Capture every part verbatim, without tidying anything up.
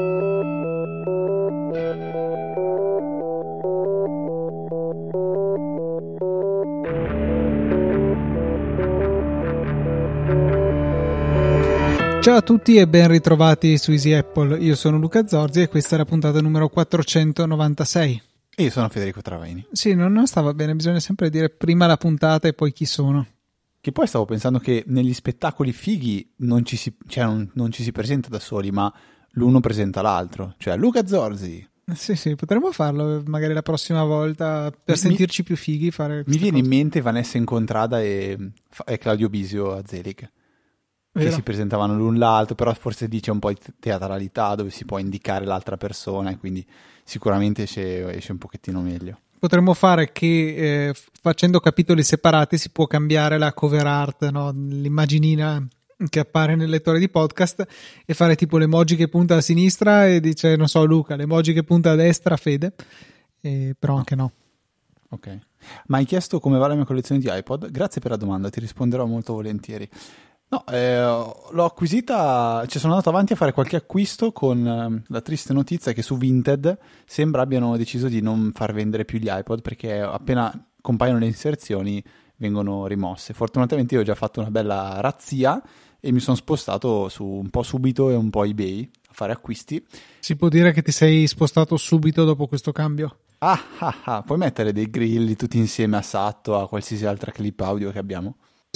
Ciao a tutti e ben ritrovati su Easy Apple, io sono Luca Zorzi e questa è la puntata numero quattrocentonovantasei. E io sono Federico Travaini. Sì, non, non stava bene, bisogna sempre dire prima la puntata e poi chi sono. Che poi stavo pensando che negli spettacoli fighi non ci si, cioè non, non ci si presenta da soli, ma l'uno presenta l'altro, cioè Luca Zorzi. Sì, sì, potremmo farlo magari la prossima volta per Mi- sentirci più fighi. Fare Mi viene cose. in mente Vanessa Incontrada e, e Claudio Bisio a Zelig, Vero? che si presentavano l'un l'altro, però forse dice un po' di teatralità dove si può indicare l'altra persona e quindi sicuramente esce, esce un pochettino meglio. Potremmo fare che eh, facendo capitoli separati si può cambiare la cover art, no? L'immaginina che appare nel lettore di podcast e fare tipo l'emoji che punta a sinistra e dice, non so, Luca, l'emoji che punta a destra, Fede, e, però anche no. Ok. Ma hai chiesto come va la mia collezione di iPod? Grazie per la domanda, ti risponderò molto volentieri. No, eh, l'ho acquisita, ci sono andato avanti a fare qualche acquisto con eh, la triste notizia che su Vinted sembra abbiano deciso di non far vendere più gli iPod perché appena compaiono le inserzioni vengono rimosse. Fortunatamente io ho già fatto una bella razzia e mi sono spostato su un po' Subito e un po' eBay a fare acquisti. Si può dire che ti sei spostato subito dopo questo cambio? Ah ah ah, puoi mettere dei grilli tutti insieme a Satto, a qualsiasi altra clip audio che abbiamo?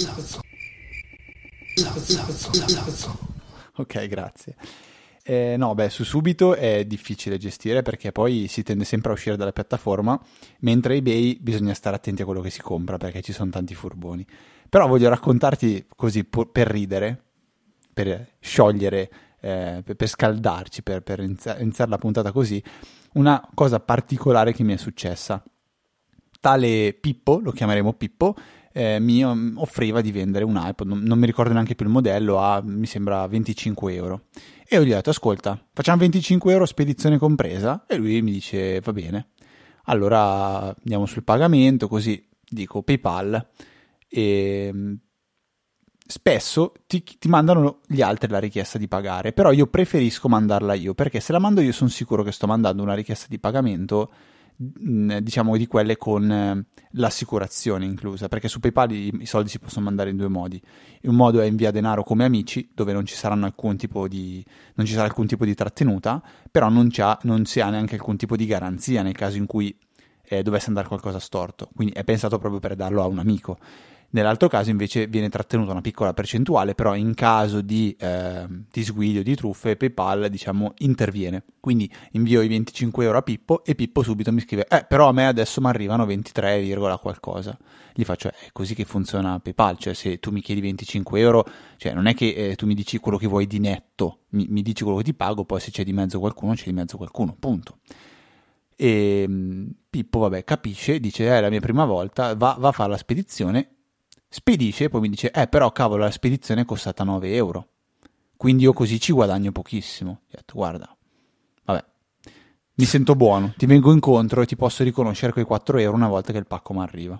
Ok, grazie. Eh, no, beh, su Subito è difficile gestire perché poi si tende sempre a uscire dalla piattaforma, mentre eBay bisogna stare attenti a quello che si compra perché ci sono tanti furboni. Però voglio raccontarti così pu- per ridere, per sciogliere, eh, per, per scaldarci, per, per iniziare iniziare la puntata così, una cosa particolare che mi è successa. Tale Pippo, lo chiameremo Pippo, eh, mi um, offriva di vendere un iPod, non, non mi ricordo neanche più il modello, a mi sembra venticinque euro. E io gli ho detto, ascolta, facciamo venticinque euro spedizione compresa? E lui mi dice, va bene. Allora andiamo sul pagamento, così dico PayPal, e um, spesso ti, ti mandano gli altri la richiesta di pagare, però io preferisco mandarla io, perché se la mando io sono sicuro che sto mandando una richiesta di pagamento, diciamo di quelle con eh, l'assicurazione inclusa, perché su PayPal i, i soldi si possono mandare in due modi. Un modo è invia denaro come amici, dove non ci saranno alcun tipo di non ci sarà alcun tipo di trattenuta, però non, c'ha, non si ha neanche alcun tipo di garanzia nel caso in cui eh, dovesse andare qualcosa storto, quindi è pensato proprio per darlo a un amico. Nell'altro caso invece viene trattenuta una piccola percentuale, però in caso di eh, disguido, di truffe, PayPal diciamo interviene. Quindi invio i venticinque euro a Pippo e Pippo subito mi scrive eh però a me adesso mi arrivano ventitré, qualcosa. Gli faccio è così che funziona PayPal, cioè se tu mi chiedi venticinque euro, cioè non è che eh, tu mi dici quello che vuoi di netto, mi, mi dici quello che ti pago, poi se c'è di mezzo qualcuno c'è di mezzo qualcuno, punto. E mh, Pippo vabbè capisce, dice è la mia prima volta, va, va a fare la spedizione, spedisce e poi mi dice eh però cavolo la spedizione è costata nove euro, quindi io così ci guadagno pochissimo. Gli ho detto guarda, vabbè, mi sento buono, ti vengo incontro e ti posso riconoscere quei quattro euro una volta che il pacco mi arriva.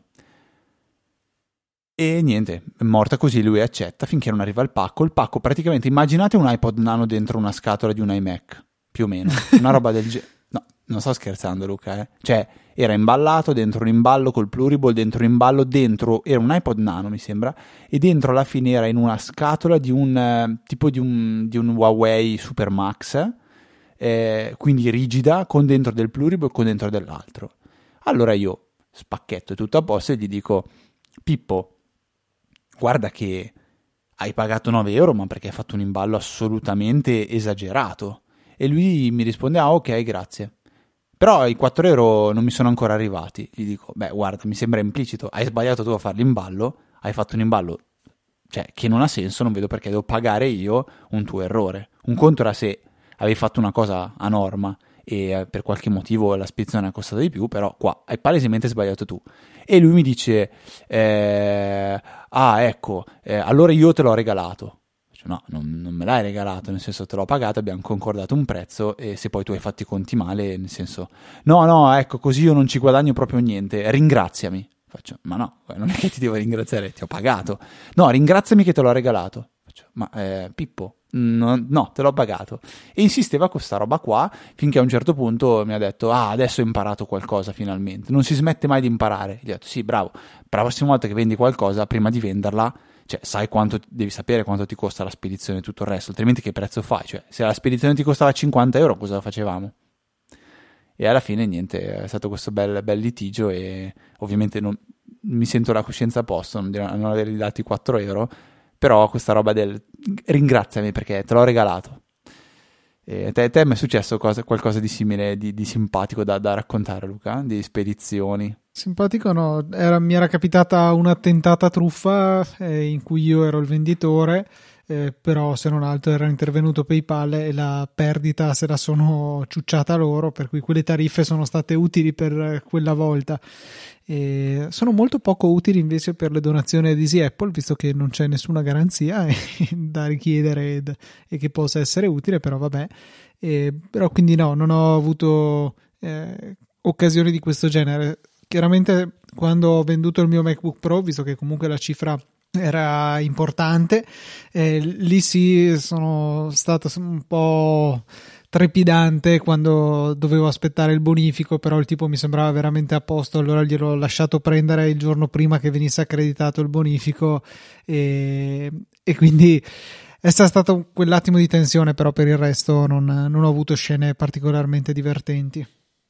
E niente, è morta così, lui accetta finché non arriva il pacco. Il pacco praticamente, immaginate un iPod Nano dentro una scatola di un iMac, più o meno, una roba del genere. No, non sto scherzando Luca, eh. Cioè, era imballato dentro un imballo col pluriball, dentro un imballo, dentro, era un iPod Nano mi sembra, e dentro alla fine era in una scatola di un, eh, tipo di un, di un Huawei Super Max, eh, quindi rigida, con dentro del pluriball e con dentro dell'altro. Allora io spacchetto tutto a posto e gli dico, Pippo, guarda che hai pagato nove euro, ma perché hai fatto un imballo assolutamente esagerato. E lui mi risponde, ah ok, grazie. Però i quattro euro non mi sono ancora arrivati. Gli dico, beh guarda, mi sembra implicito, hai sbagliato tu a fare l'imballo, hai fatto un imballo, cioè, che non ha senso, non vedo perché devo pagare io un tuo errore. Un conto era se avevi fatto una cosa a norma e eh, per qualche motivo la spedizione è costata di più, però qua hai palesemente sbagliato tu. E lui mi dice, eh, ah ecco, eh, allora io te l'ho regalato. No, non, non me l'hai regalato, nel senso te l'ho pagato, abbiamo concordato un prezzo e se poi tu hai fatto i conti male, nel senso no, no, ecco, così io non ci guadagno proprio niente, ringraziami. Faccio, ma no, non è che ti devo ringraziare, ti ho pagato. No, ringraziami che te l'ho regalato. Faccio, ma eh, Pippo, no, no, te l'ho pagato. E insisteva con questa roba qua, finché a un certo punto mi ha detto, ah, adesso ho imparato qualcosa finalmente. Non si smette mai di imparare. Gli ho detto, sì, bravo, per la prossima volta che vendi qualcosa, prima di venderla, cioè sai quanto, devi sapere quanto ti costa la spedizione e tutto il resto, altrimenti che prezzo fai? Cioè, se la spedizione ti costava cinquanta euro, cosa facevamo? E alla fine niente, è stato questo bel, bel litigio e ovviamente non, mi sento la coscienza a posto non, non avergli dati quattro euro, però questa roba del ringraziami perché te l'ho regalato. E te, te mi è successo cosa, qualcosa di simile, di, di simpatico da, da raccontare, Luca? Di spedizioni? Simpatico no, era, mi era capitata una tentata truffa eh, in cui io ero il venditore, eh, però se non altro era intervenuto PayPal e la perdita se la sono ciucciata loro, per cui quelle tariffe sono state utili per quella volta. E sono molto poco utili invece per le donazioni ad Easy Apple, visto che non c'è nessuna garanzia da richiedere ed, e che possa essere utile, però vabbè. E, però quindi no, non ho avuto eh, occasioni di questo genere. Chiaramente quando ho venduto il mio MacBook Pro, visto che comunque la cifra era importante, eh, lì sì sono stato un po' trepidante quando dovevo aspettare il bonifico, però il tipo mi sembrava veramente a posto, allora gliel'ho lasciato prendere il giorno prima che venisse accreditato il bonifico e, e quindi è stato quell'attimo di tensione, però per il resto non, non ho avuto scene particolarmente divertenti.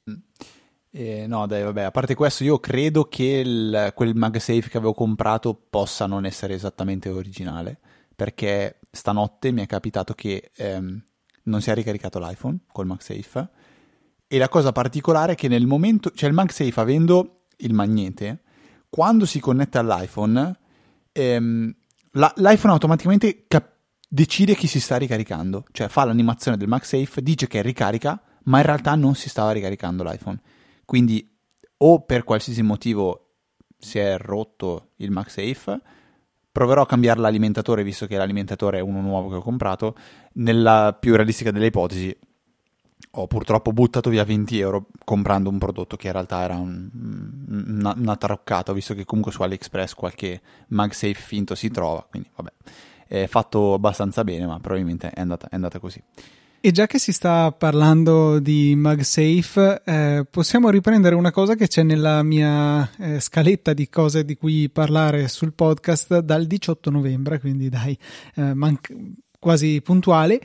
Eh, no dai vabbè, a parte questo io credo che il, quel MagSafe che avevo comprato possa non essere esattamente originale, perché stanotte mi è capitato che ehm, non si è ricaricato l'iPhone col MagSafe e la cosa particolare è che nel momento, cioè il MagSafe avendo il magnete, quando si connette all'iPhone ehm, la, l'iPhone automaticamente cap- decide chi si sta ricaricando, cioè fa l'animazione del MagSafe, dice che è ricarica, ma in realtà non si stava ricaricando l'iPhone. Quindi o per qualsiasi motivo si è rotto il MagSafe, proverò a cambiare l'alimentatore visto che l'alimentatore è uno nuovo che ho comprato. Nella più realistica delle ipotesi ho purtroppo buttato via venti euro comprando un prodotto che in realtà era un, una, una taroccata, visto che comunque su AliExpress qualche MagSafe finto si trova, quindi vabbè, è fatto abbastanza bene, ma probabilmente è andata, è andata così. E già che si sta parlando di MagSafe, eh, possiamo riprendere una cosa che c'è nella mia eh, scaletta di cose di cui parlare sul podcast dal diciotto novembre, quindi dai, eh, man- quasi puntuali,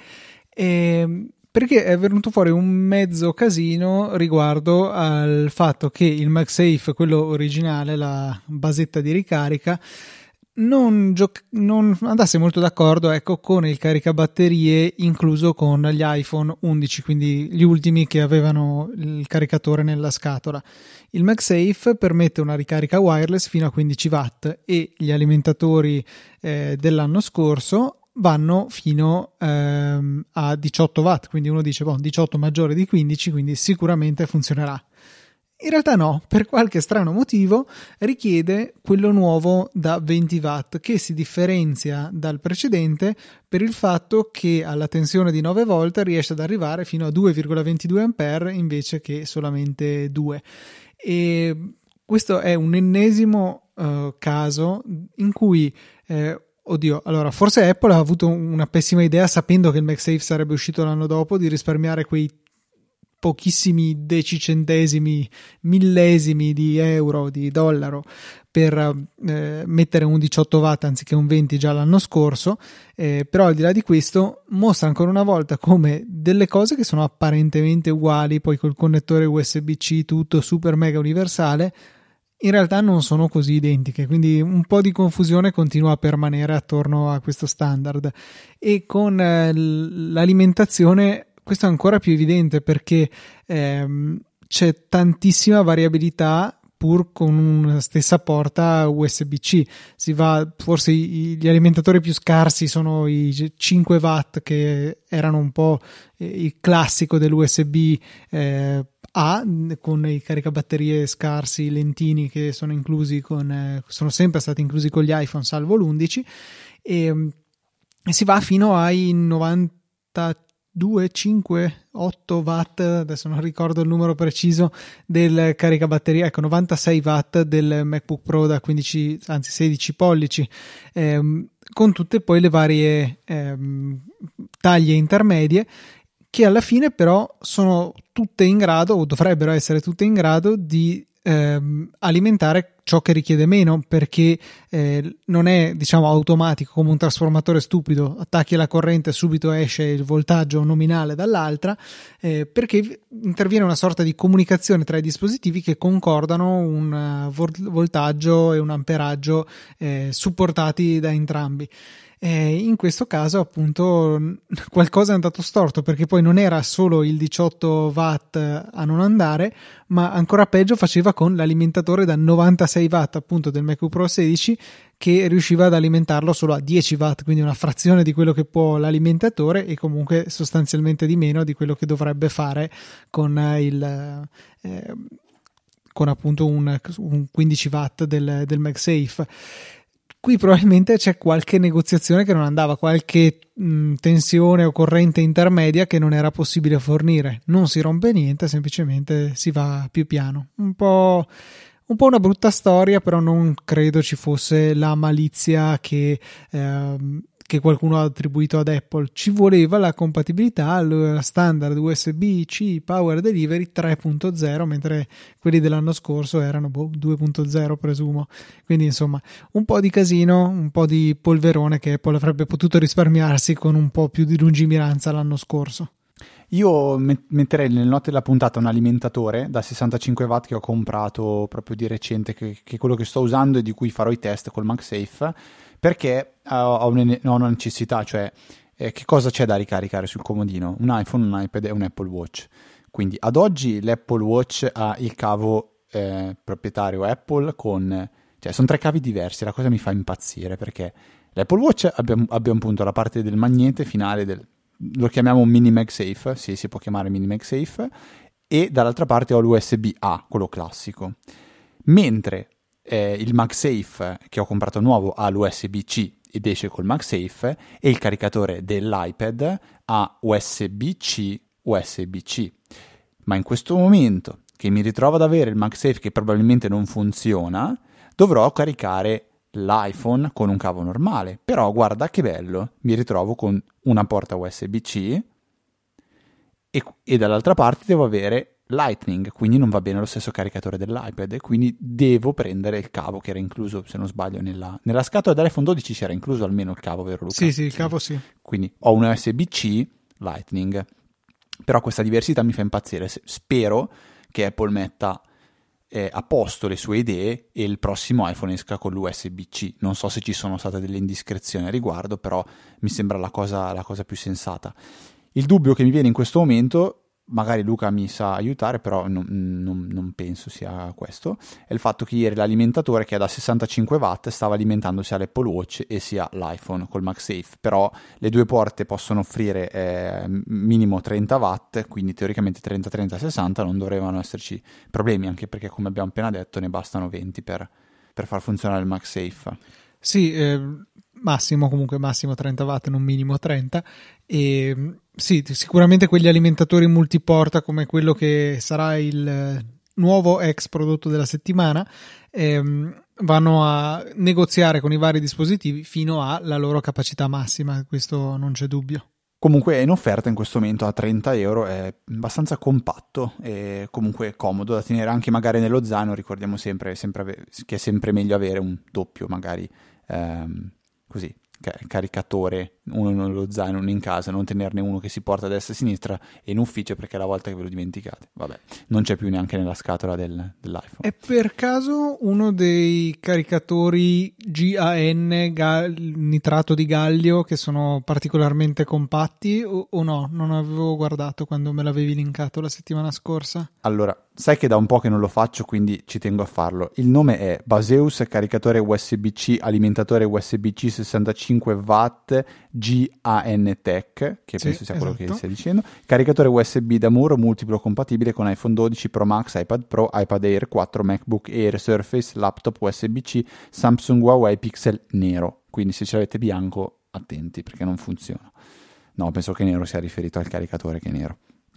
e, perché è venuto fuori un mezzo casino riguardo al fatto che il MagSafe, quello originale, la basetta di ricarica, Non, gio- non andasse molto d'accordo, ecco, con il caricabatterie incluso con gli iPhone undici, quindi gli ultimi che avevano il caricatore nella scatola. Il MagSafe permette una ricarica wireless fino a quindici watt e gli alimentatori eh, dell'anno scorso vanno fino ehm, a diciotto watt, quindi uno dice boh, diciotto maggiore di quindici, quindi sicuramente funzionerà. In realtà no, per qualche strano motivo richiede quello nuovo da venti watt che si differenzia dal precedente per il fatto che alla tensione di nove volt riesce ad arrivare fino a due virgola ventidue ampere invece che solamente due. E questo è un ennesimo uh, caso in cui eh, oddio, allora forse Apple ha avuto una pessima idea sapendo che il MagSafe sarebbe uscito l'anno dopo di risparmiare quei pochissimi decicentesimi, millesimi di euro, di dollaro per eh, mettere un diciotto watt anziché un venti già l'anno scorso, eh, però al di là di questo mostra ancora una volta come delle cose che sono apparentemente uguali, poi col connettore U S B C tutto super mega universale, in realtà non sono così identiche, quindi un po' di confusione continua a permanere attorno a questo standard e con eh, l'alimentazione questo è ancora più evidente perché ehm, c'è tantissima variabilità pur con una stessa porta U S B C. Si va, forse i, gli alimentatori più scarsi sono i cinque watt che erano un po' il classico dell'U S B eh, A, con i caricabatterie scarsi lentini che sono inclusi con eh, sono sempre stati inclusi con gli iPhone salvo l'undici e, e si va fino ai novanta due, cinque, otto watt, adesso non ricordo il numero preciso del caricabatteria, ecco novantasei watt del MacBook Pro da quindici, anzi sedici pollici, ehm, con tutte poi le varie ehm, taglie intermedie, che alla fine però sono tutte in grado, o dovrebbero essere tutte in grado, di ehm, alimentare ciò che richiede meno, perché eh, non è, diciamo, automatico come un trasformatore stupido, attacchi la corrente e subito esce il voltaggio nominale dall'altra, eh, perché interviene una sorta di comunicazione tra i dispositivi che concordano un uh, voltaggio e un amperaggio eh, supportati da entrambi. Eh, in questo caso appunto qualcosa è andato storto, perché poi non era solo il diciotto watt a non andare, ma ancora peggio faceva con l'alimentatore da novantasei watt appunto del MacBook Pro sedici, che riusciva ad alimentarlo solo a dieci watt, quindi una frazione di quello che può l'alimentatore e comunque sostanzialmente di meno di quello che dovrebbe fare con il eh, con appunto un, un quindici watt del, del MagSafe. Qui probabilmente c'è qualche negoziazione che non andava, qualche mh, tensione o corrente intermedia che non era possibile fornire. Non si rompe niente, semplicemente si va più piano. Un po', un po' una brutta storia, però non credo ci fosse la malizia che, ehm, che qualcuno ha attribuito ad Apple. Ci voleva la compatibilità al standard U S B-C Power Delivery tre punto zero, mentre quelli dell'anno scorso erano boh, due punto zero presumo. Quindi insomma un po' di casino, un po' di polverone che Apple avrebbe potuto risparmiarsi con un po' più di lungimiranza l'anno scorso. Io metterei nelle note della puntata un alimentatore da sessantacinque watt che ho comprato proprio di recente, che, che è quello che sto usando e di cui farò i test col MagSafe, perché ho una, ho una necessità, cioè eh, che cosa c'è da ricaricare sul comodino? Un iPhone, un iPad e un Apple Watch. Quindi ad oggi l'Apple Watch ha il cavo eh, proprietario Apple con... cioè sono tre cavi diversi, la cosa mi fa impazzire, perché l'Apple Watch abbiamo, abbiamo appunto la parte del magnete finale, del, lo chiamiamo un mini MagSafe, sì, si può chiamare mini MagSafe, e dall'altra parte ho l'U S B A, quello classico. Mentre eh, il MagSafe che ho comprato nuovo ha l'U S B C ed esce col MagSafe, e il caricatore dell'iPad ha U S B C, U S B C. Ma in questo momento che mi ritrovo ad avere il MagSafe che probabilmente non funziona, dovrò caricare l'iPhone con un cavo normale. Però guarda che bello, mi ritrovo con una porta U S B C e, e dall'altra parte devo avere Lightning, quindi non va bene lo stesso caricatore dell'iPad, e quindi devo prendere il cavo che era incluso, se non sbaglio, nella, nella scatola dell'iPhone dodici c'era incluso almeno il cavo, vero Luca? Sì, sì, il cavo sì. Quindi ho un U S B C Lightning, però questa diversità mi fa impazzire. Spero che Apple metta eh, a posto le sue idee e il prossimo iPhone esca con l'U S B C. Non so se ci sono state delle indiscrezioni a riguardo, però mi sembra la cosa, la cosa più sensata. Il dubbio che mi viene in questo momento, magari Luca mi sa aiutare, però non, non, non penso sia questo, è il fatto che ieri l'alimentatore, che è da sessantacinque watt, stava alimentando sia l'Apple Watch e sia l'iPhone col MagSafe, però le due porte possono offrire eh, minimo trenta watt, quindi teoricamente trenta trenta sessanta non dovrebbero esserci problemi, anche perché, come abbiamo appena detto, ne bastano venti per, per far funzionare il MagSafe. Sì, eh, massimo, comunque massimo trenta watt, non minimo trenta. E sì, sicuramente quegli alimentatori multiporta come quello che sarà il nuovo ex prodotto della settimana ehm, vanno a negoziare con i vari dispositivi fino alla loro capacità massima, questo non c'è dubbio. Comunque è in offerta in questo momento a trenta euro, è abbastanza compatto e comunque comodo da tenere anche magari nello zaino. Ricordiamo sempre, sempre ave- che è sempre meglio avere un doppio magari ehm, così caricatore, uno nello zaino, uno in casa, non tenerne uno che si porta a destra e a sinistra e in ufficio, perché la volta che ve lo dimenticate, vabbè, non c'è più neanche nella scatola del, dell'iPhone. È per caso uno dei caricatori G A N ga- nitrato di gallio che sono particolarmente compatti o, o no? Non avevo guardato quando me l'avevi linkato la settimana scorsa. Allora, sai che da un po' che non lo faccio, quindi ci tengo a farlo. Il nome è Baseus caricatore U S B C alimentatore U S B C sessantacinque watt G A N Tech, che sì, penso sia quello esatto. che stai dicendo. Caricatore U S B da muro multiplo compatibile con iPhone dodici Pro Max, iPad Pro, iPad Air quattro, MacBook Air, Surface, laptop U S B C, Samsung Huawei Pixel nero. Quindi se ce l'avete bianco, attenti perché non funziona. No, penso che nero sia riferito al caricatore che è nero.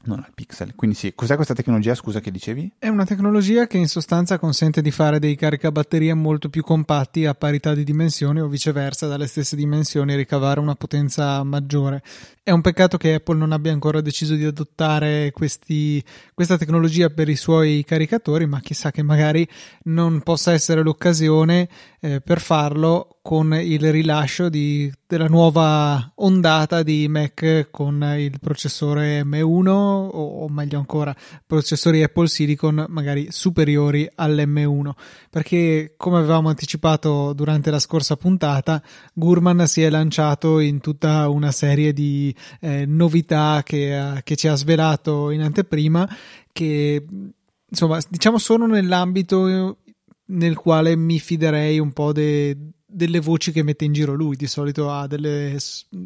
non ha il pixel. Quindi sì, cos'è questa tecnologia, scusa, che dicevi? È una tecnologia che in sostanza consente di fare dei caricabatterie molto più compatti a parità di dimensioni o viceversa dalle stesse dimensioni ricavare una potenza maggiore. È un peccato che Apple non abbia ancora deciso di adottare questi, questa tecnologia per i suoi caricatori, ma chissà che magari non possa essere l'occasione eh, per farlo con il rilascio di, della nuova ondata di Mac con il processore M uno o, o meglio ancora processori Apple Silicon magari superiori all'M uno, perché come avevamo anticipato durante la scorsa puntata, Gurman si è lanciato in tutta una serie di eh, novità che, che ci ha svelato in anteprima, che insomma diciamo sono nell'ambito nel quale mi fiderei un po' de, delle voci che mette in giro lui. Di solito ha delle,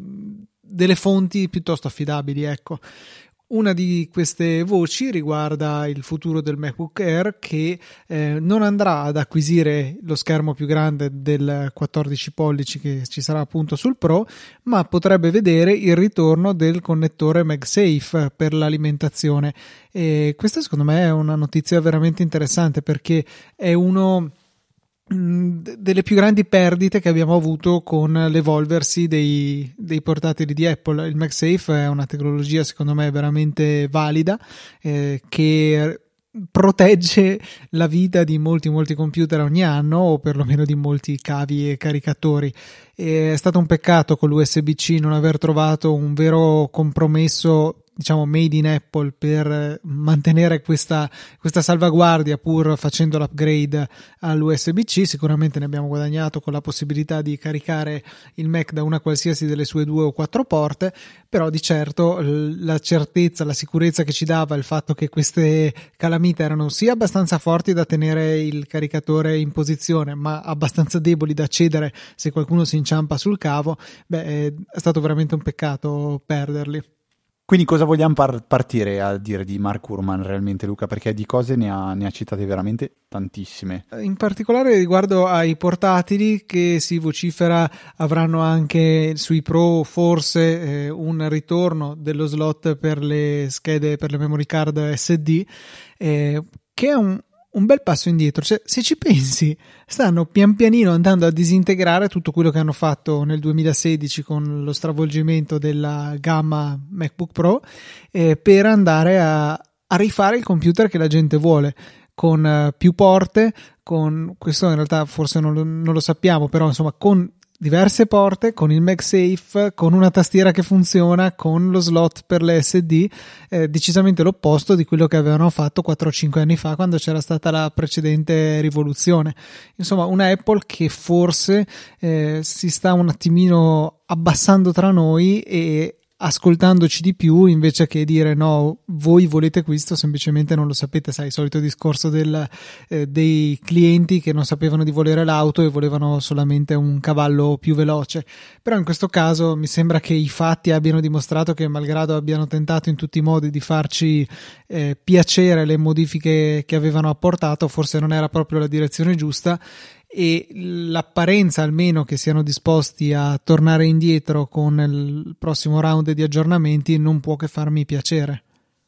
delle fonti piuttosto affidabili, ecco. Una di queste voci riguarda il futuro del MacBook Air, che eh, non andrà ad acquisire lo schermo più grande del quattordici pollici che ci sarà appunto sul Pro, ma potrebbe vedere il ritorno del connettore MagSafe per l'alimentazione. E questa secondo me è una notizia veramente interessante, perché è uno delle più grandi perdite che abbiamo avuto con l'evolversi dei, dei portatili di Apple. Il MagSafe è una tecnologia secondo me veramente valida, eh, che protegge la vita di molti molti computer ogni anno, o perlomeno di molti cavi e caricatori. E è stato un peccato con l'U S B C non aver trovato un vero compromesso, diciamo made in Apple, per mantenere questa, questa salvaguardia pur facendo l'upgrade all'U S B C. Sicuramente ne abbiamo guadagnato con la possibilità di caricare il Mac da una qualsiasi delle sue due o quattro porte, però di certo la certezza, la sicurezza che ci dava il fatto che queste calamite erano sia abbastanza forti da tenere il caricatore in posizione, ma abbastanza deboli da cedere se qualcuno si inciampa sul cavo, beh, è stato veramente un peccato perderli. Quindi cosa vogliamo par- partire a dire di Mark Gurman realmente, Luca? Perché di cose ne ha, ne ha citate veramente tantissime. In particolare riguardo ai portatili, che si vocifera avranno anche sui Pro forse eh, un ritorno dello slot per le schede, per le memory card S D, eh, che è un un bel passo indietro. Cioè, se ci pensi, stanno pian pianino andando a disintegrare tutto quello che hanno fatto nel duemilasedici con lo stravolgimento della gamma MacBook Pro, eh, per andare a, a rifare il computer che la gente vuole, con uh, più porte, con questo in realtà forse non lo, non lo sappiamo, però insomma con diverse porte, con il MagSafe, con una tastiera che funziona, con lo slot per le S D, eh, decisamente l'opposto di quello che avevano fatto quattro o cinque anni fa, quando c'era stata la precedente rivoluzione. Insomma, una Apple che forse eh, si sta un attimino abbassando tra noi e ascoltandoci di più, invece che dire no, voi volete questo, semplicemente non lo sapete. Sai, il solito discorso del, eh, dei clienti che non sapevano di volere l'auto e volevano solamente un cavallo più veloce. Però in questo caso mi sembra che i fatti abbiano dimostrato che, malgrado abbiano tentato in tutti i modi di farci eh, piacere le modifiche che avevano apportato, forse non era proprio la direzione giusta, e l'apparenza almeno che siano disposti a tornare indietro con il prossimo round di aggiornamenti non può che farmi piacere.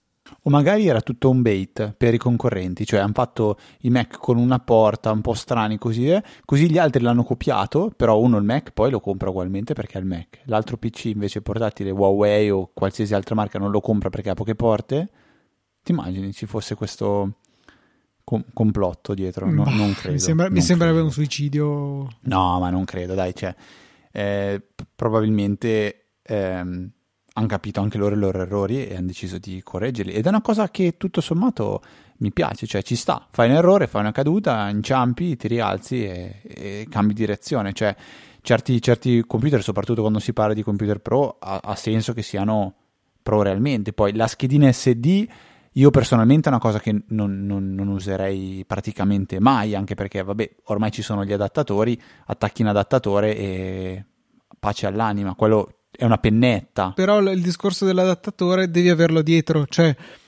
O magari era tutto un bait per i concorrenti, cioè hanno fatto i Mac con una porta un po' strani così, eh? Così gli altri l'hanno copiato, però uno il Mac poi lo compra ugualmente perché ha il Mac, l'altro P C invece portatile Huawei o qualsiasi altra marca non lo compra perché ha poche porte. Ti immagini ci fosse questo Com- complotto dietro? No, bah, non credo. Mi, sembra, non mi sembrerebbe credo. un suicidio. No, ma non credo, dai, cioè, eh, p- probabilmente ehm, hanno capito anche loro i loro errori e hanno deciso di correggerli. Ed è una cosa che tutto sommato mi piace, cioè ci sta. Fai un errore, fai una caduta, inciampi, ti rialzi e, e cambi direzione. Cioè, certi, certi computer, soprattutto quando si parla di computer pro, ha, ha senso che siano pro realmente. Poi la schedina S D, io personalmente è una cosa che non, non, non userei praticamente mai, anche perché vabbè, ormai ci sono gli adattatori, attacchi in adattatore e pace all'anima, quello è una pennetta. Però il discorso dell'adattatore devi averlo dietro, cioè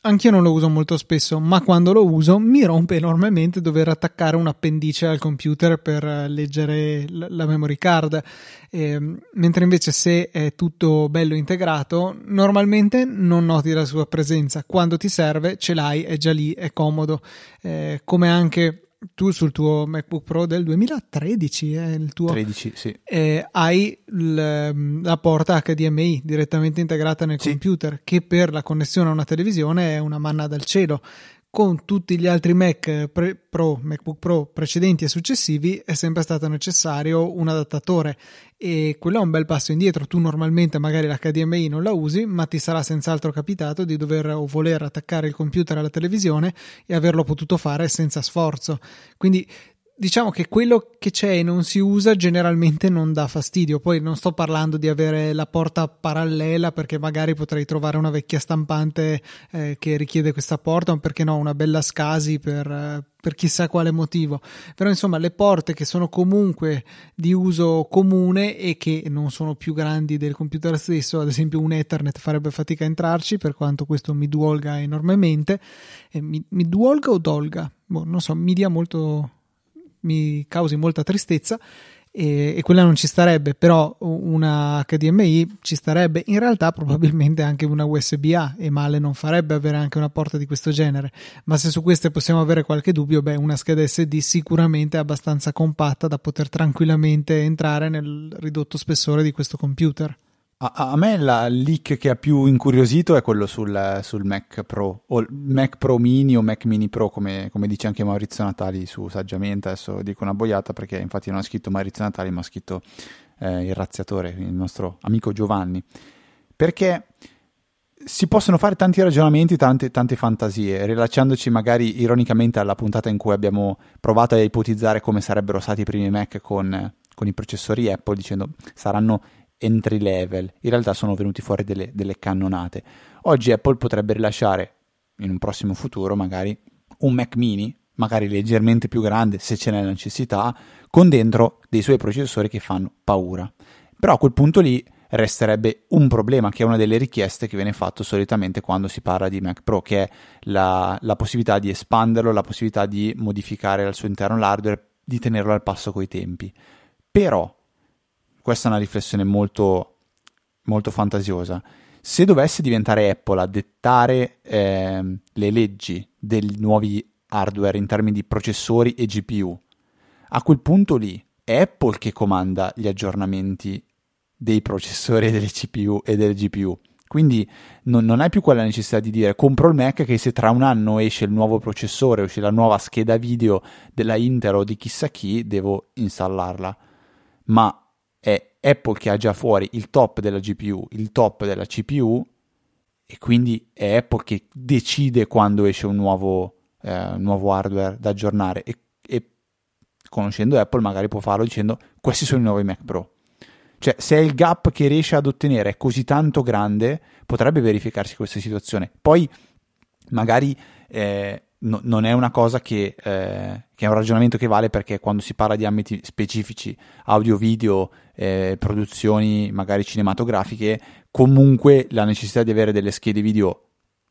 anch'io non lo uso molto spesso, ma quando lo uso mi rompe enormemente dover attaccare un appendice al computer per leggere la memory card, eh, mentre invece se è tutto bello integrato normalmente non noti la sua presenza. Quando ti serve ce l'hai, è già lì, è comodo, eh, come anche tu sul tuo MacBook Pro del duemilatredici, eh, il tuo tredici, sì. eh, hai l, la porta H D M I direttamente integrata nel sì. computer, che per la connessione a una televisione è una manna dal cielo. Con tutti gli altri Mac pre, Pro, MacBook Pro precedenti e successivi è sempre stato necessario un adattatore, e quello è un bel passo indietro. Tu normalmente magari l'H D M I non la usi, ma ti sarà senz'altro capitato di dover o voler attaccare il computer alla televisione e averlo potuto fare senza sforzo. Quindi diciamo che quello che c'è e non si usa generalmente non dà fastidio. Poi non sto parlando di avere la porta parallela, perché magari potrei trovare una vecchia stampante eh, che richiede questa porta, o perché no una bella SCSI per, eh, per chissà quale motivo. Però insomma le porte che sono comunque di uso comune e che non sono più grandi del computer stesso, ad esempio un Ethernet farebbe fatica a entrarci, per quanto questo mi duolga enormemente. eh, mi, mi duolga o dolga? Boh, non so, mi dia molto... mi causi molta tristezza, e, e quella non ci starebbe. Però una H D M I ci starebbe, in realtà probabilmente anche una U S B A, e male non farebbe avere anche una porta di questo genere. Ma se su queste possiamo avere qualche dubbio, beh, una scheda S D sicuramente è abbastanza compatta da poter tranquillamente entrare nel ridotto spessore di questo computer. A, a me la leak che ha più incuriosito è quello sul, sul Mac Pro, o Mac Pro Mini o Mac Mini Pro, come, come dice anche Maurizio Natali su Saggiamente. Adesso dico una boiata perché infatti non ha scritto Maurizio Natali, ma ha scritto eh, il razziatore, il nostro amico Giovanni, perché si possono fare tanti ragionamenti, tante, tante fantasie, rilacciandoci magari ironicamente alla puntata in cui abbiamo provato a ipotizzare come sarebbero stati i primi Mac con, con i processori Apple, dicendo saranno entry level. In realtà sono venuti fuori delle, delle cannonate. Oggi Apple potrebbe rilasciare in un prossimo futuro magari un Mac mini, magari leggermente più grande se ce n'è la necessità, con dentro dei suoi processori che fanno paura. Però a quel punto lì resterebbe un problema, che è una delle richieste che viene fatto solitamente quando si parla di Mac Pro, che è la, la possibilità di espanderlo, la possibilità di modificare al suo interno l'hardware, di tenerlo al passo coi tempi. Però questa è una riflessione molto, molto fantasiosa. Se dovesse diventare Apple a dettare eh, le leggi dei nuovi hardware in termini di processori e G P U, a quel punto lì è Apple che comanda gli aggiornamenti dei processori, delle C P U e delle G P U. Quindi non, non hai più quella necessità di dire compro il Mac, che se tra un anno esce il nuovo processore, esce la nuova scheda video della Intel o di chissà chi, devo installarla. Ma è Apple che ha già fuori il top della G P U, il top della C P U, e quindi è Apple che decide quando esce un nuovo, eh, nuovo hardware da aggiornare, e, e conoscendo Apple magari può farlo dicendo questi sono i nuovi Mac Pro. Cioè, se il gap che riesce ad ottenere è così tanto grande, potrebbe verificarsi questa situazione. Poi magari eh, no, non è una cosa che, eh, che è un ragionamento che vale, perché quando si parla di ambiti specifici, audio, video, eh, produzioni magari cinematografiche, comunque la necessità di avere delle schede video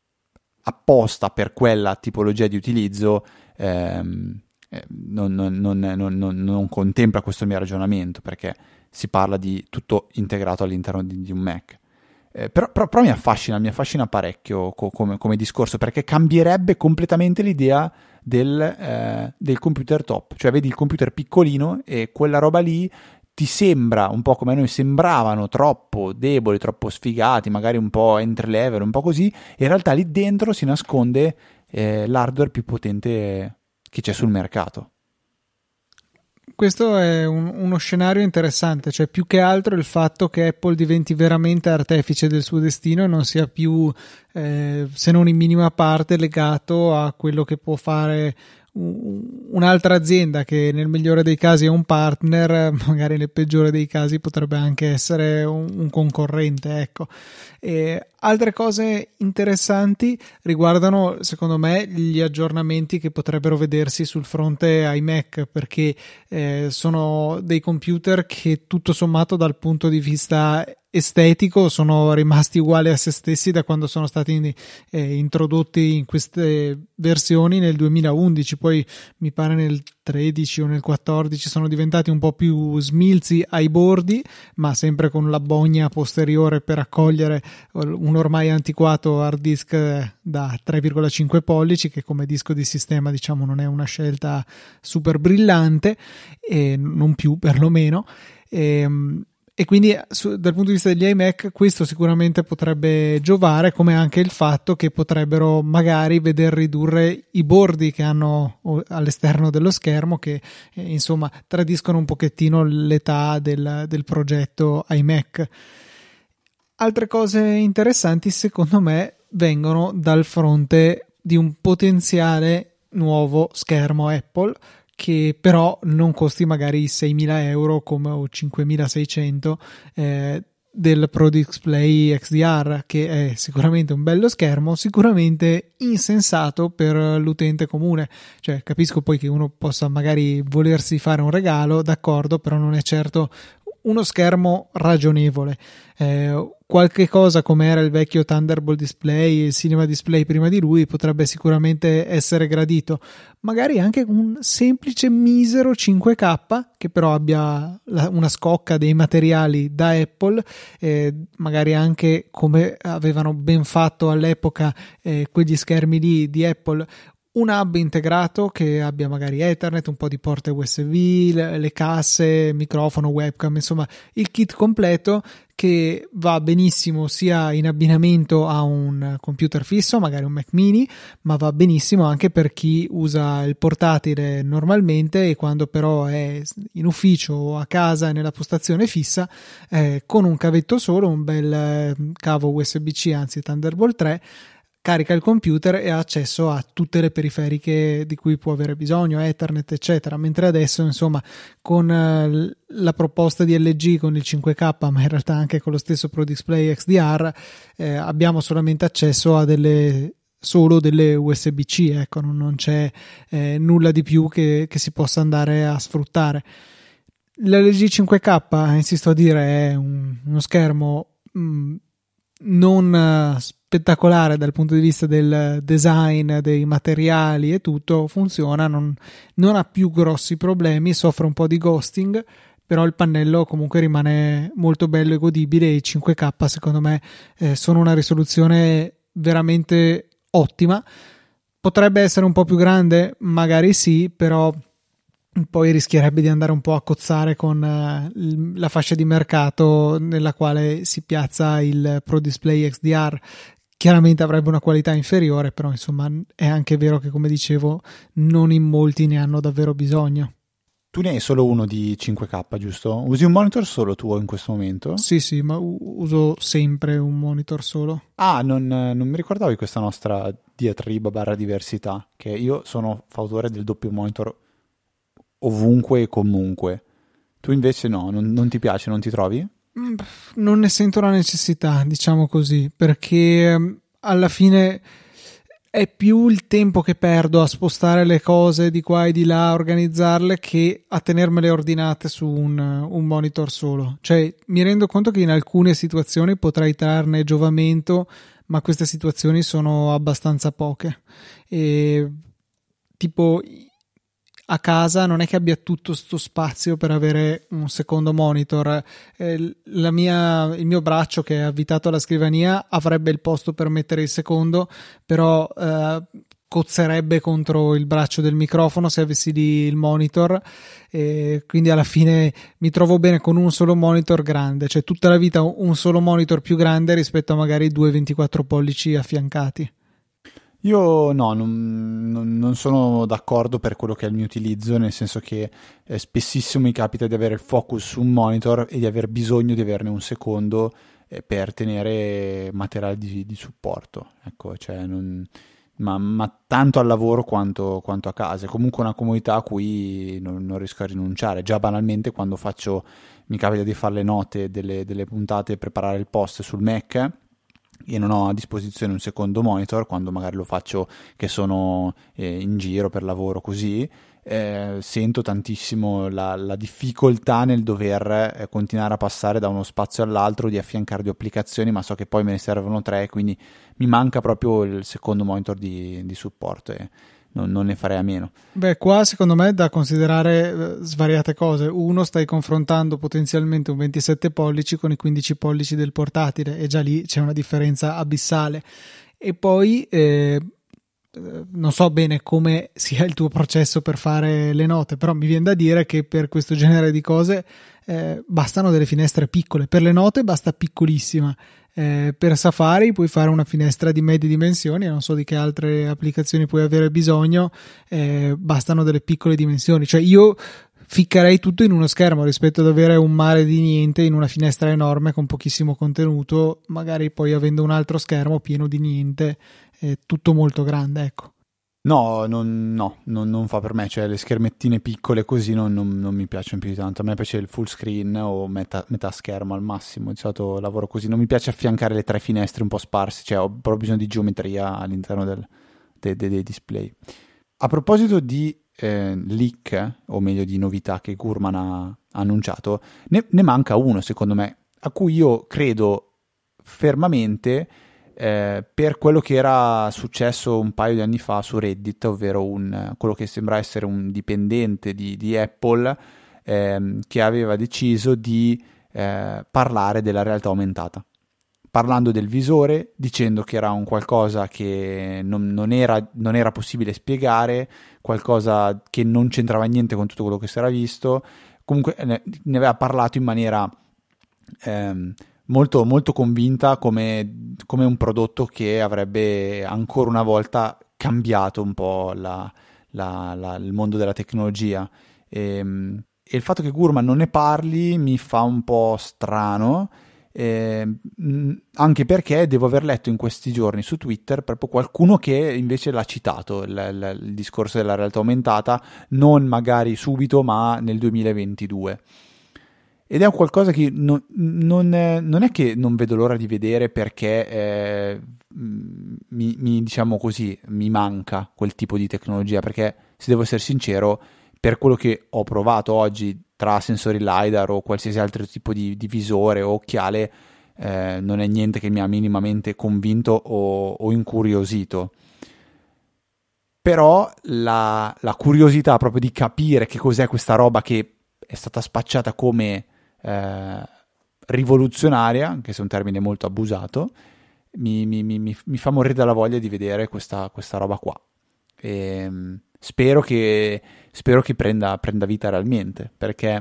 apposta per quella tipologia di utilizzo ehm, eh, non, non, non, non, non, non contempla questo mio ragionamento, perché si parla di tutto integrato all'interno di, di un Mac. Eh, però, però, però mi affascina, mi affascina parecchio co- come, come discorso, perché cambierebbe completamente l'idea del, eh, del computer top. Cioè vedi il computer piccolino e quella roba lì ti sembra, un po' come a noi sembravano, troppo deboli, troppo sfigati, magari un po' entry level, un po' così, e in realtà lì dentro si nasconde eh, l'hardware più potente che c'è sul mercato. Questo è un, uno scenario interessante, cioè più che altro il fatto che Apple diventi veramente artefice del suo destino e non sia più, eh, se non in minima parte, legato a quello che può fare un'altra azienda che nel migliore dei casi è un partner, magari nel peggiore dei casi potrebbe anche essere un, un concorrente, ecco. E Altre cose interessanti riguardano, secondo me, gli aggiornamenti che potrebbero vedersi sul fronte iMac, perché eh, sono dei computer che tutto sommato dal punto di vista estetico sono rimasti uguali a se stessi da quando sono stati in, eh, introdotti in queste versioni nel duemilaundici. Poi mi pare nel tredici o nel quattordici sono diventati un po' più smilzi ai bordi, ma sempre con la bogna posteriore per accogliere un ormai antiquato hard disk da tre virgola cinque pollici, che come disco di sistema diciamo non è una scelta super brillante, e non più perlomeno. E, E quindi su, dal punto di vista degli iMac questo sicuramente potrebbe giovare, come anche il fatto che potrebbero magari veder ridurre i bordi che hanno all'esterno dello schermo, che eh, insomma tradiscono un pochettino l'età del, del progetto iMac. Altre cose interessanti secondo me vengono dal fronte di un potenziale nuovo schermo Apple, che però non costi magari seimila euro come o cinquemilaseicento eh, del Pro Display X D R, che è sicuramente un bello schermo, sicuramente insensato per l'utente comune. Cioè, capisco poi che uno possa magari volersi fare un regalo, d'accordo, però non è certo uno schermo ragionevole. Eh, qualche cosa come era il vecchio Thunderbolt Display, il Cinema Display prima di lui, potrebbe sicuramente essere gradito, magari anche un semplice misero cinque K che però abbia la, una scocca dei materiali da Apple, eh, magari anche come avevano ben fatto all'epoca eh, quegli schermi lì di Apple, un hub integrato che abbia magari Ethernet, un po' di porte U S B, le, le casse, microfono, webcam, insomma il kit completo che va benissimo sia in abbinamento a un computer fisso, magari un Mac mini, ma va benissimo anche per chi usa il portatile normalmente, e quando però è in ufficio o a casa nella postazione fissa, eh, con un cavetto solo, un bel eh, cavo U S B C, anzi Thunderbolt tre, carica il computer e ha accesso a tutte le periferiche di cui può avere bisogno, Ethernet eccetera, mentre adesso insomma con eh, la proposta di L G con il cinque K, ma in realtà anche con lo stesso Pro Display X D R, eh, abbiamo solamente accesso a delle solo delle U S B C, ecco, non, non c'è eh, nulla di più che, che si possa andare a sfruttare. L'L G cinque K, insisto a dire, è un, uno schermo mh, non spettacolare dal punto di vista del design, dei materiali e tutto, funziona, non, non ha più grossi problemi, soffre un po' di ghosting, però il pannello comunque rimane molto bello e godibile, e i cinque K secondo me eh, sono una risoluzione veramente ottima. Potrebbe essere un po' più grande? Magari sì, però poi rischierebbe di andare un po' a cozzare con uh, la fascia di mercato nella quale si piazza il Pro Display X D R. Chiaramente avrebbe una qualità inferiore, però insomma è anche vero che, come dicevo, non in molti ne hanno davvero bisogno. Tu ne hai solo uno di cinque K, giusto? Usi un monitor solo tuo in questo momento? Sì, sì, ma uso sempre un monitor solo. Ah, non, non mi ricordavo di questa nostra diatriba barra diversità, che io sono fautore del doppio monitor ovunque e comunque. Tu invece no, non, non ti piace, non ti trovi? Non ne sento la necessità, diciamo così, perché alla fine è più il tempo che perdo a spostare le cose di qua e di là, a organizzarle, che a tenermele ordinate su un, un monitor solo. Cioè, mi rendo conto che in alcune situazioni potrei trarne giovamento, ma queste situazioni sono abbastanza poche. E tipo a casa non è che abbia tutto sto spazio per avere un secondo monitor. Eh, la mia, il mio braccio che è avvitato alla scrivania avrebbe il posto per mettere il secondo, però eh, cozzerebbe contro il braccio del microfono se avessi lì il monitor, e quindi alla fine mi trovo bene con un solo monitor grande, cioè tutta la vita un solo monitor più grande rispetto a magari due ventiquattro pollici affiancati. Io no, non, non, non sono d'accordo per quello che è il mio utilizzo, nel senso che eh, spessissimo mi capita di avere il focus su un monitor e di aver bisogno di averne un secondo eh, per tenere materiale di, di supporto, ecco, cioè non, ma, ma tanto al lavoro quanto, quanto a casa. È comunque una comodità a cui non, non riesco a rinunciare. Già banalmente quando faccio, mi capita di fare le note delle, delle puntate e preparare il post sul Mac, e non ho a disposizione un secondo monitor, quando magari lo faccio che sono eh, in giro per lavoro così, eh, sento tantissimo la, la difficoltà nel dover eh, continuare a passare da uno spazio all'altro, di affiancare due applicazioni, ma so che poi me ne servono tre, quindi mi manca proprio il secondo monitor di, di supporto e non, non ne farei a meno. Beh, qua secondo me è da considerare eh, svariate cose. Uno, stai confrontando potenzialmente un ventisette pollici con i quindici pollici del portatile e già lì c'è una differenza abissale. E poi eh, non so bene come sia il tuo processo per fare le note, però mi viene da dire che per questo genere di cose eh, bastano delle finestre piccole. Per le note basta piccolissima. Eh, per Safari puoi fare una finestra di medie dimensioni e non so di che altre applicazioni puoi avere bisogno, eh, bastano delle piccole dimensioni. Cioè io ficcherei tutto in uno schermo rispetto ad avere un mare di niente in una finestra enorme con pochissimo contenuto, magari poi avendo un altro schermo pieno di niente, eh, tutto molto grande, ecco. No, non, no non, non fa per me, cioè le schermettine piccole così non, non, non mi piacciono più di tanto. A me piace il full screen o metà, metà schermo al massimo, di solito lavoro così. Non mi piace affiancare le tre finestre un po' sparse, cioè ho proprio bisogno di geometria all'interno del, de, de, dei display. A proposito di eh, leak, o meglio di novità che Gurman ha annunciato, ne, ne manca uno secondo me, a cui io credo fermamente. Eh, per quello che era successo un paio di anni fa su Reddit, ovvero un, quello che sembra essere un dipendente di, di Apple ehm, che aveva deciso di eh, parlare della realtà aumentata, parlando del visore, dicendo che era un qualcosa che non, non, era, non era possibile spiegare, qualcosa che non c'entrava niente con tutto quello che si era visto. Comunque ne, ne aveva parlato in maniera ehm, molto, molto convinta come, come un prodotto che avrebbe ancora una volta cambiato un po' la, la, la, il mondo della tecnologia. E, e il fatto che Gurman non ne parli mi fa un po' strano, eh, anche perché devo aver letto in questi giorni su Twitter proprio qualcuno che invece l'ha citato, il, il, il discorso della realtà aumentata, non magari subito, ma nel duemilaventidue. Ed è un qualcosa che non, non, è, non è che non vedo l'ora di vedere, perché eh, mi, mi, diciamo così, mi manca quel tipo di tecnologia, perché se devo essere sincero, per quello che ho provato oggi tra sensori LiDAR o qualsiasi altro tipo di, di visore o occhiale, eh, non è niente che mi ha minimamente convinto o, o incuriosito. Però la, la curiosità proprio di capire che cos'è questa roba che è stata spacciata come Eh, rivoluzionaria, anche se è un termine molto abusato, mi, mi, mi, mi fa morire dalla voglia di vedere questa, questa roba qua. E, spero che, spero che prenda, prenda vita realmente, perché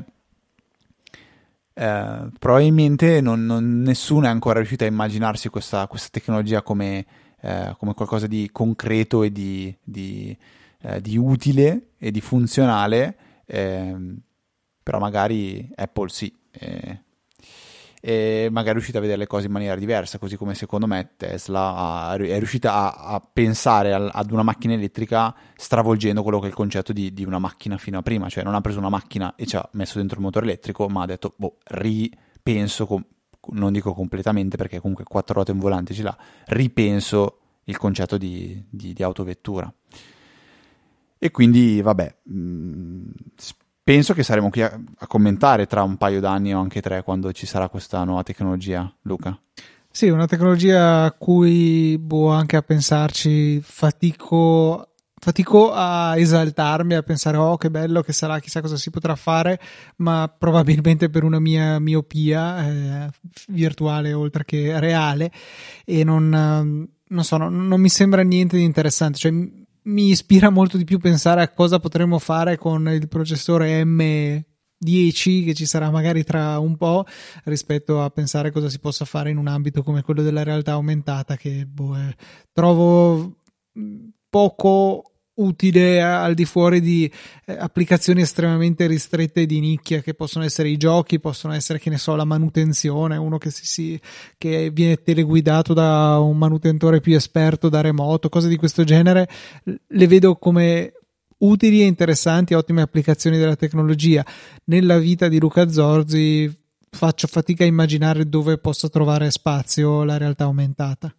eh, probabilmente non, non, nessuno è ancora riuscito a immaginarsi questa, questa tecnologia come, eh, come qualcosa di concreto e di, di, eh, di utile e di funzionale, eh, però magari Apple sì. E, e magari è riuscita a vedere le cose in maniera diversa, così come secondo me Tesla ha, è riuscita a, a pensare al, ad una macchina elettrica stravolgendo quello che è il concetto di, di una macchina fino a prima. Cioè non ha preso una macchina e ci ha messo dentro il motore elettrico, ma ha detto boh, ripenso, com- non dico completamente perché comunque quattro ruote e un volante ce l'ha, ripenso il concetto di, di, di autovettura. E quindi vabbè, mh, penso che saremo qui a, a commentare tra un paio d'anni o anche tre, quando ci sarà questa nuova tecnologia, Luca. Sì, una tecnologia a cui, boh, anche a pensarci fatico, fatico a esaltarmi, a pensare oh che bello che sarà, chissà cosa si potrà fare, ma probabilmente per una mia miopia eh, virtuale oltre che reale, e non, non so, non, non mi sembra niente di interessante. Cioè mi ispira molto di più pensare a cosa potremo fare con il processore M dieci che ci sarà magari tra un po', rispetto a pensare cosa si possa fare in un ambito come quello della realtà aumentata, che boh, eh, trovo poco utile al di fuori di eh, applicazioni estremamente ristrette e di nicchia, che possono essere i giochi, possono essere, che ne so, la manutenzione, uno che si, si che viene teleguidato da un manutentore più esperto da remoto, cose di questo genere. Le vedo come utili e interessanti, ottime applicazioni della tecnologia. Nella vita di Luca Zorzi faccio fatica a immaginare dove possa trovare spazio la realtà aumentata.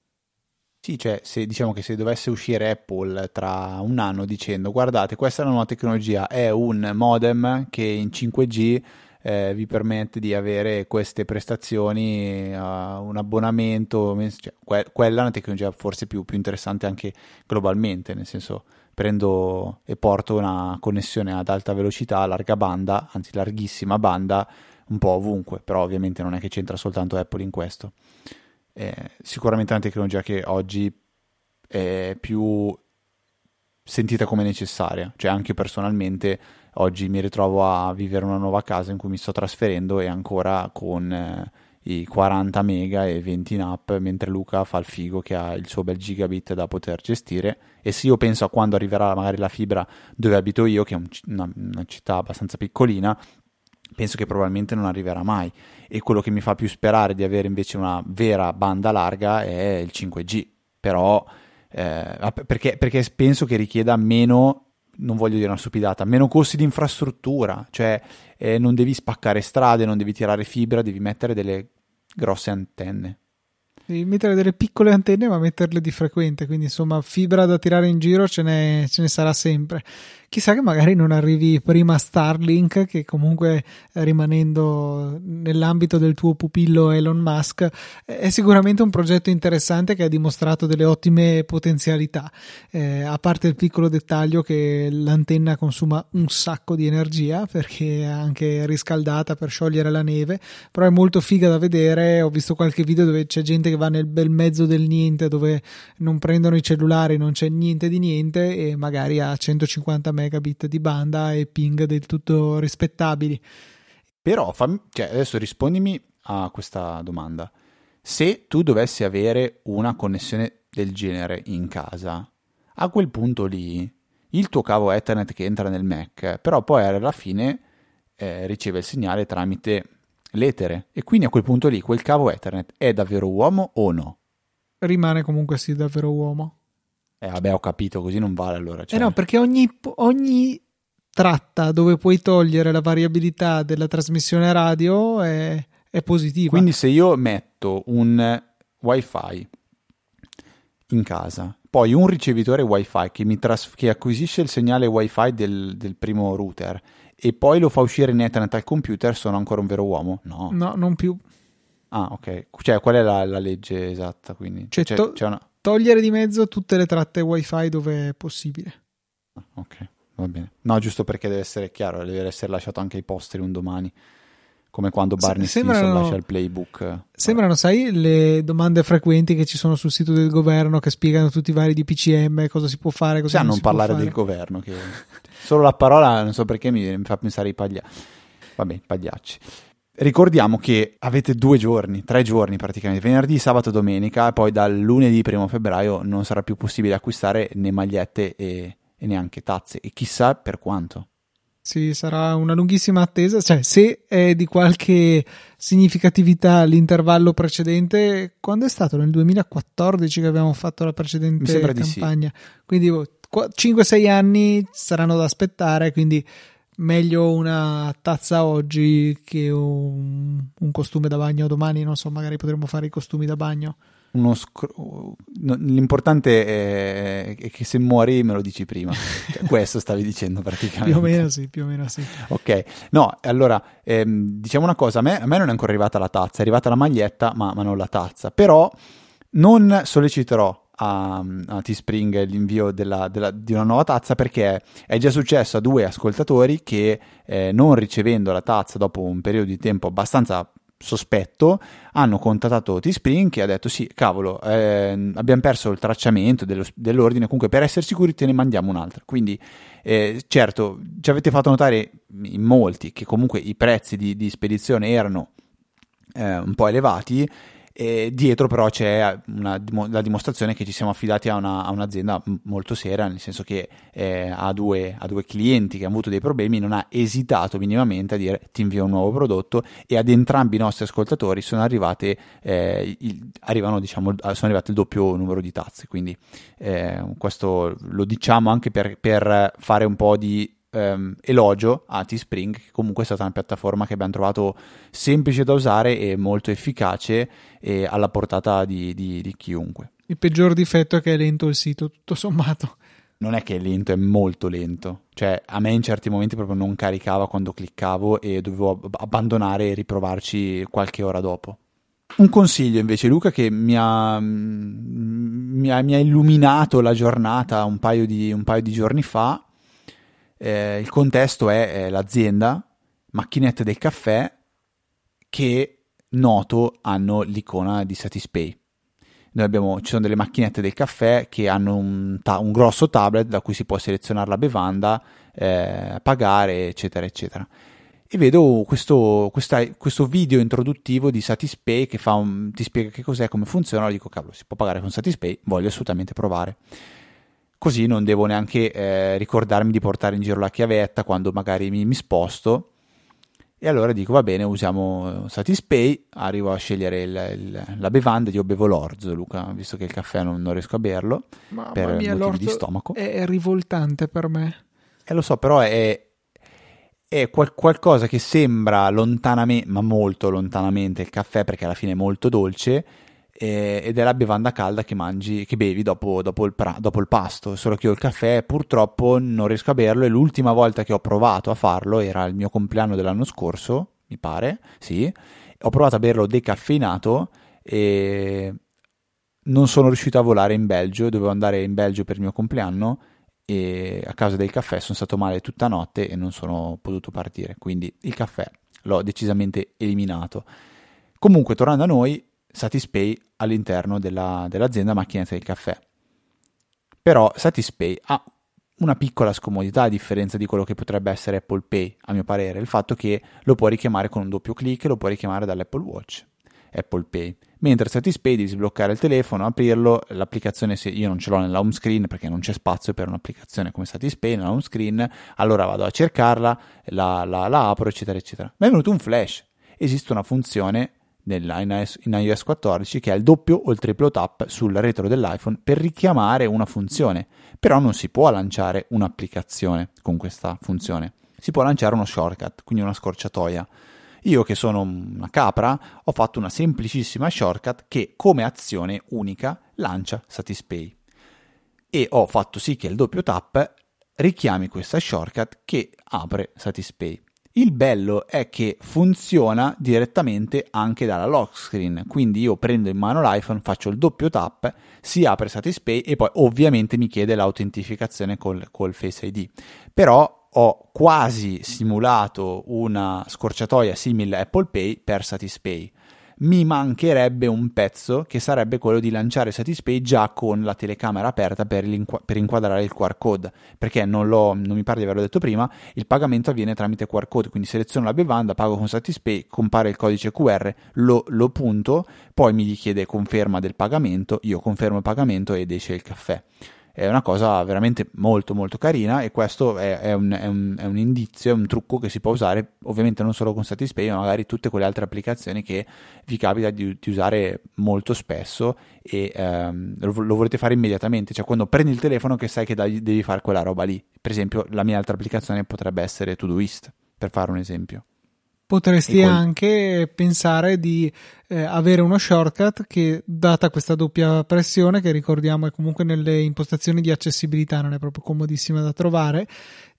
Sì, cioè, se diciamo che se dovesse uscire Apple tra un anno dicendo guardate, questa è una nuova tecnologia, è un modem che in cinque G eh, vi permette di avere queste prestazioni, uh, un abbonamento, cioè, que- quella è una tecnologia forse più, più interessante anche globalmente, nel senso prendo e porto una connessione ad alta velocità, larga banda, anzi larghissima banda, un po' ovunque, però ovviamente non è che c'entra soltanto Apple in questo. Eh, sicuramente è una tecnologia che oggi è più sentita come necessaria, cioè anche personalmente oggi mi ritrovo a vivere una nuova casa in cui mi sto trasferendo e ancora con eh, i quaranta mega e venti in app, mentre Luca fa il figo che ha il suo bel gigabit da poter gestire. E se io penso a quando arriverà magari la fibra dove abito io, che è un, una, una città abbastanza piccolina, penso che probabilmente non arriverà mai, e quello che mi fa più sperare di avere invece una vera banda larga è il cinque G, però eh, perché, perché penso che richieda meno, non voglio dire una stupidata, meno costi di infrastruttura, cioè eh, non devi spaccare strade, non devi tirare fibra, devi mettere delle grosse antenne. Devi mettere delle piccole antenne ma metterle di frequente, quindi insomma fibra da tirare in giro ce ne, ce ne sarà sempre. Chissà che magari non arrivi prima Starlink, che comunque rimanendo nell'ambito del tuo pupillo Elon Musk è sicuramente un progetto interessante che ha dimostrato delle ottime potenzialità, eh, a parte il piccolo dettaglio che l'antenna consuma un sacco di energia perché è anche riscaldata per sciogliere la neve, però è molto figa da vedere. Ho visto qualche video dove c'è gente che va nel bel mezzo del niente, dove non prendono i cellulari, non c'è niente di niente, e magari a centocinquanta megabit di banda e ping del tutto rispettabili. Però fammi, cioè, adesso rispondimi a questa domanda: se tu dovessi avere una connessione del genere in casa, a quel punto lì il tuo cavo Ethernet che entra nel Mac però poi alla fine eh, riceve il segnale tramite l'etere, e quindi a quel punto lì quel cavo Ethernet è davvero uomo o no? Rimane comunque sì davvero uomo. Eh vabbè, ho capito, così non vale allora. Cioè... Eh no, perché ogni, ogni tratta dove puoi togliere la variabilità della trasmissione radio è, è positiva. Quindi se io metto un wifi in casa, poi un ricevitore wifi che, mi tras- che acquisisce il segnale wifi del, del primo router e poi lo fa uscire in Ethernet al computer, sono ancora un vero uomo? No. No, non più. Ah, ok. Cioè, qual è la, la legge esatta? Quindi Cioè, c'è, to- c'è una... togliere di mezzo tutte le tratte wifi dove è possibile. Ok, va bene. No, giusto perché deve essere chiaro, deve essere lasciato anche ai posteri un domani, come quando Barney Se- sembrano, Stinson lascia il playbook. Sembrano, sai, le domande frequenti che ci sono sul sito del governo che spiegano tutti i vari D P C M, cosa si può fare, cosa Sì, a non non si può parlare fare. del governo, che solo la parola non so perché mi, mi fa pensare ai pagliacci. Vabbè, pagliacci. Ricordiamo che avete due giorni, tre giorni praticamente, venerdì, sabato e domenica, e poi dal lunedì primo febbraio non sarà più possibile acquistare né magliette e, e neanche tazze, e chissà per quanto. Sì, sarà una lunghissima attesa, cioè se è di qualche significatività l'intervallo precedente, quando è stato? Nel duemilaquattordici che abbiamo fatto la precedente Mi sembra di campagna, quindi boh, cinque sei anni saranno da aspettare, quindi meglio una tazza oggi che un, un costume da bagno domani, non so, magari potremmo fare i costumi da bagno. Uno scr- no, l'importante è, è che se muori me lo dici prima. Cioè, questo stavi dicendo praticamente. Più o meno sì, più o meno sì. Ok, no, allora ehm, diciamo una cosa, a me, a me non è ancora arrivata la tazza, è arrivata la maglietta ma, ma non la tazza, però non solleciterò a, a Teespring l'invio della, della, di una nuova tazza, perché è già successo a due ascoltatori che eh, non ricevendo la tazza dopo un periodo di tempo abbastanza sospetto hanno contattato Teespring, che ha detto sì, cavolo, eh, abbiamo perso il tracciamento dello, dell'ordine, comunque per essere sicuri te ne mandiamo un'altra. Quindi eh, certo, ci avete fatto notare in molti che comunque i prezzi di, di spedizione erano eh, un po' elevati, e dietro però c'è una, la dimostrazione che ci siamo affidati a, una, a un'azienda molto seria, nel senso che eh, a, due, a due clienti che hanno avuto dei problemi non ha esitato minimamente a dire ti invio un nuovo prodotto, e ad entrambi i nostri ascoltatori sono arrivate eh, il, arrivano, diciamo, sono arrivate il doppio numero di tazze. Quindi eh, questo lo diciamo anche per, per fare un po' di ehm, elogio a Teespring, che comunque è stata una piattaforma che abbiamo trovato semplice da usare e molto efficace e alla portata di, di, di chiunque. Il peggior difetto è che è lento il sito, tutto sommato. Non è che è lento, è molto lento. Cioè, a me in certi momenti proprio non caricava quando cliccavo e dovevo ab- abbandonare e riprovarci qualche ora dopo. Un consiglio invece, Luca, che mi ha, mi ha, mi ha illuminato la giornata un paio di, un paio di giorni fa. Eh, il contesto è, è l'azienda Macchinette del Caffè, che noto hanno l'icona di Satispay. Noi abbiamo, ci sono delle macchinette del caffè che hanno un, ta- un grosso tablet da cui si può selezionare la bevanda, eh, pagare, eccetera, eccetera. E vedo questo, questa, questo video introduttivo di Satispay che fa un, ti spiega che cos'è, come funziona. Allora dico, cavolo, si può pagare con Satispay, voglio assolutamente provare. Così non devo neanche eh, ricordarmi di portare in giro la chiavetta quando magari mi, mi sposto. E allora dico, va bene, usiamo Satispay, arrivo a scegliere il, il, la bevanda, io bevo l'orzo, Luca, visto che il caffè non, non riesco a berlo, Mamma per mia, motivi di stomaco. È rivoltante per me. E lo so, però è, è qual- qualcosa che sembra lontanamente, ma molto lontanamente il caffè, perché alla fine è molto dolce, eh, ed è la bevanda calda che mangi, che bevi dopo, dopo, il pra- dopo il pasto. Solo che io il caffè purtroppo non riesco a berlo, e l'ultima volta che ho provato a farlo era il mio compleanno dell'anno scorso, mi pare, sì. Ho provato a berlo decaffeinato e non sono riuscito a volare in Belgio, dovevo andare in Belgio per il mio compleanno e a causa del caffè sono stato male tutta notte e non sono potuto partire, quindi il caffè l'ho decisamente eliminato. Comunque, tornando a noi, Satispay all'interno della, dell'azienda Macchinette del Caffè. Però Satispay ha una piccola scomodità a differenza di quello che potrebbe essere Apple Pay, a mio parere, il fatto che lo puoi richiamare con un doppio clic, lo puoi richiamare dall'Apple Watch, Apple Pay. Mentre Satispay devi sbloccare il telefono, aprirlo, l'applicazione, se io non ce l'ho nella home screen perché non c'è spazio per un'applicazione come Satispay nella home screen, allora vado a cercarla, la, la, la apro, eccetera, eccetera. Mi è venuto un flash. Esiste una funzione nella, in, iOS, in iOS quattordici che è il doppio o il triplo tap sul retro dell'iPhone per richiamare una funzione, però non si può lanciare un'applicazione con questa funzione, si può lanciare uno shortcut, quindi una scorciatoia. Io, che sono una capra, ho fatto una semplicissima shortcut che come azione unica lancia Satispay e ho fatto sì che il doppio tap richiami questa shortcut che apre Satispay. Il bello è che funziona direttamente anche dalla lock screen, quindi io prendo in mano l'iPhone, faccio il doppio tap, si apre Satispay e poi ovviamente mi chiede l'autentificazione col, col Face I D. Però ho quasi simulato una scorciatoia simile a Apple Pay per Satispay. Mi mancherebbe un pezzo, che sarebbe quello di lanciare Satispay già con la telecamera aperta per, per inquadrare il Q R code, perché non, l'ho, non mi pare di averlo detto prima, il pagamento avviene tramite Q R code, quindi seleziono la bevanda, pago con Satispay, compare il codice Q R, lo, lo punto, poi mi chiede conferma del pagamento, io confermo il pagamento ed esce il caffè. È una cosa veramente molto molto carina, e questo è, è, un, è, un, è un indizio, è un trucco che si può usare ovviamente non solo con Satispay, ma magari tutte quelle altre applicazioni che vi capita di, di usare molto spesso e ehm, lo, lo volete fare immediatamente, cioè quando prendi il telefono che sai che devi, devi fare quella roba lì. Per esempio la mia altra applicazione potrebbe essere Todoist, per fare un esempio. Potresti quel... anche pensare di eh, avere uno shortcut che, data questa doppia pressione, che ricordiamo è comunque nelle impostazioni di accessibilità, non è proprio comodissima da trovare,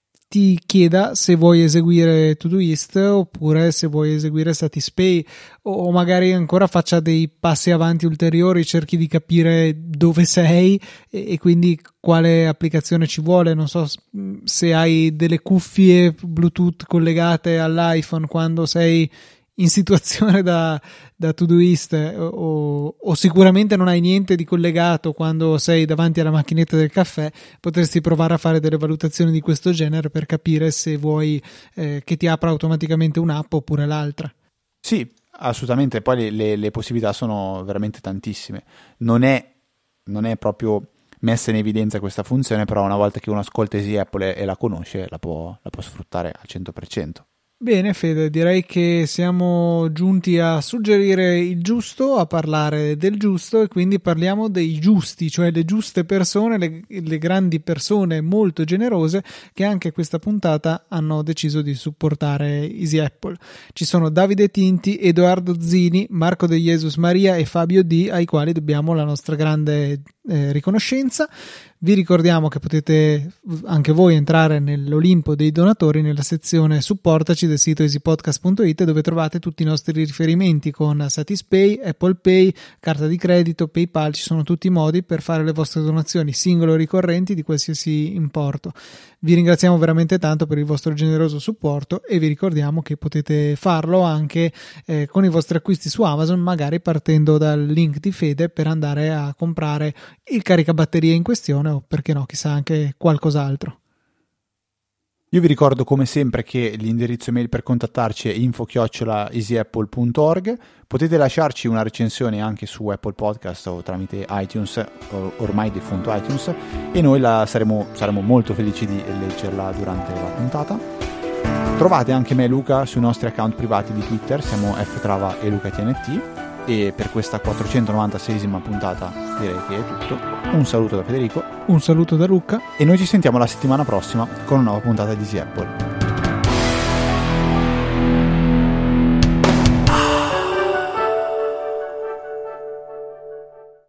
ti chieda se vuoi eseguire Todoist oppure se vuoi eseguire Satispay, o magari ancora faccia dei passi avanti ulteriori, cerchi di capire dove sei e, e quindi quale applicazione ci vuole. Non so se hai delle cuffie Bluetooth collegate all'iPhone quando sei in situazione da, da Todoist, o, o sicuramente non hai niente di collegato quando sei davanti alla macchinetta del caffè. Potresti provare a fare delle valutazioni di questo genere per capire se vuoi eh, che ti apra automaticamente un'app oppure l'altra. Sì, assolutamente. Poi le, le, le possibilità sono veramente tantissime. Non è, non è proprio messa in evidenza questa funzione, però una volta che uno ascolta Easy Apple e la conosce la può, la può sfruttare al cento per cento. Bene Fede, direi che siamo giunti a suggerire il giusto, a parlare del giusto, e quindi parliamo dei giusti, cioè le giuste persone, le, le grandi persone molto generose che anche questa puntata hanno deciso di supportare Easy Apple. Ci sono Davide Tinti, Edoardo Zini, Marco De Jesus Maria e Fabio D, ai quali dobbiamo la nostra grande eh, riconoscenza. Vi ricordiamo che potete anche voi entrare nell'Olimpo dei donatori nella sezione supportaci del sito easypodcast punto it, dove trovate tutti i nostri riferimenti con Satispay, Apple Pay, carta di credito, PayPal. Ci sono tutti i modi per fare le vostre donazioni singole o ricorrenti di qualsiasi importo. Vi ringraziamo veramente tanto per il vostro generoso supporto e vi ricordiamo che potete farlo anche eh, con i vostri acquisti su Amazon, magari partendo dal link di Fede per andare a comprare il caricabatterie in questione, o perché no, chissà anche qualcos'altro. Io vi ricordo come sempre che l'indirizzo email per contattarci è info chiocciola easyapple punto org. Potete lasciarci una recensione anche su Apple Podcast o tramite iTunes, ormai defunto iTunes, e noi la saremo, saremo molto felici di leggerla durante la puntata. Trovate anche me e Luca sui nostri account privati di Twitter, siamo ftrava e lucatnt. E per questa quattrocentonovantaseiesima puntata direi che è tutto. Un saluto da Federico, un saluto da Luca, e noi ci sentiamo la settimana prossima con una nuova puntata di Easy Apple.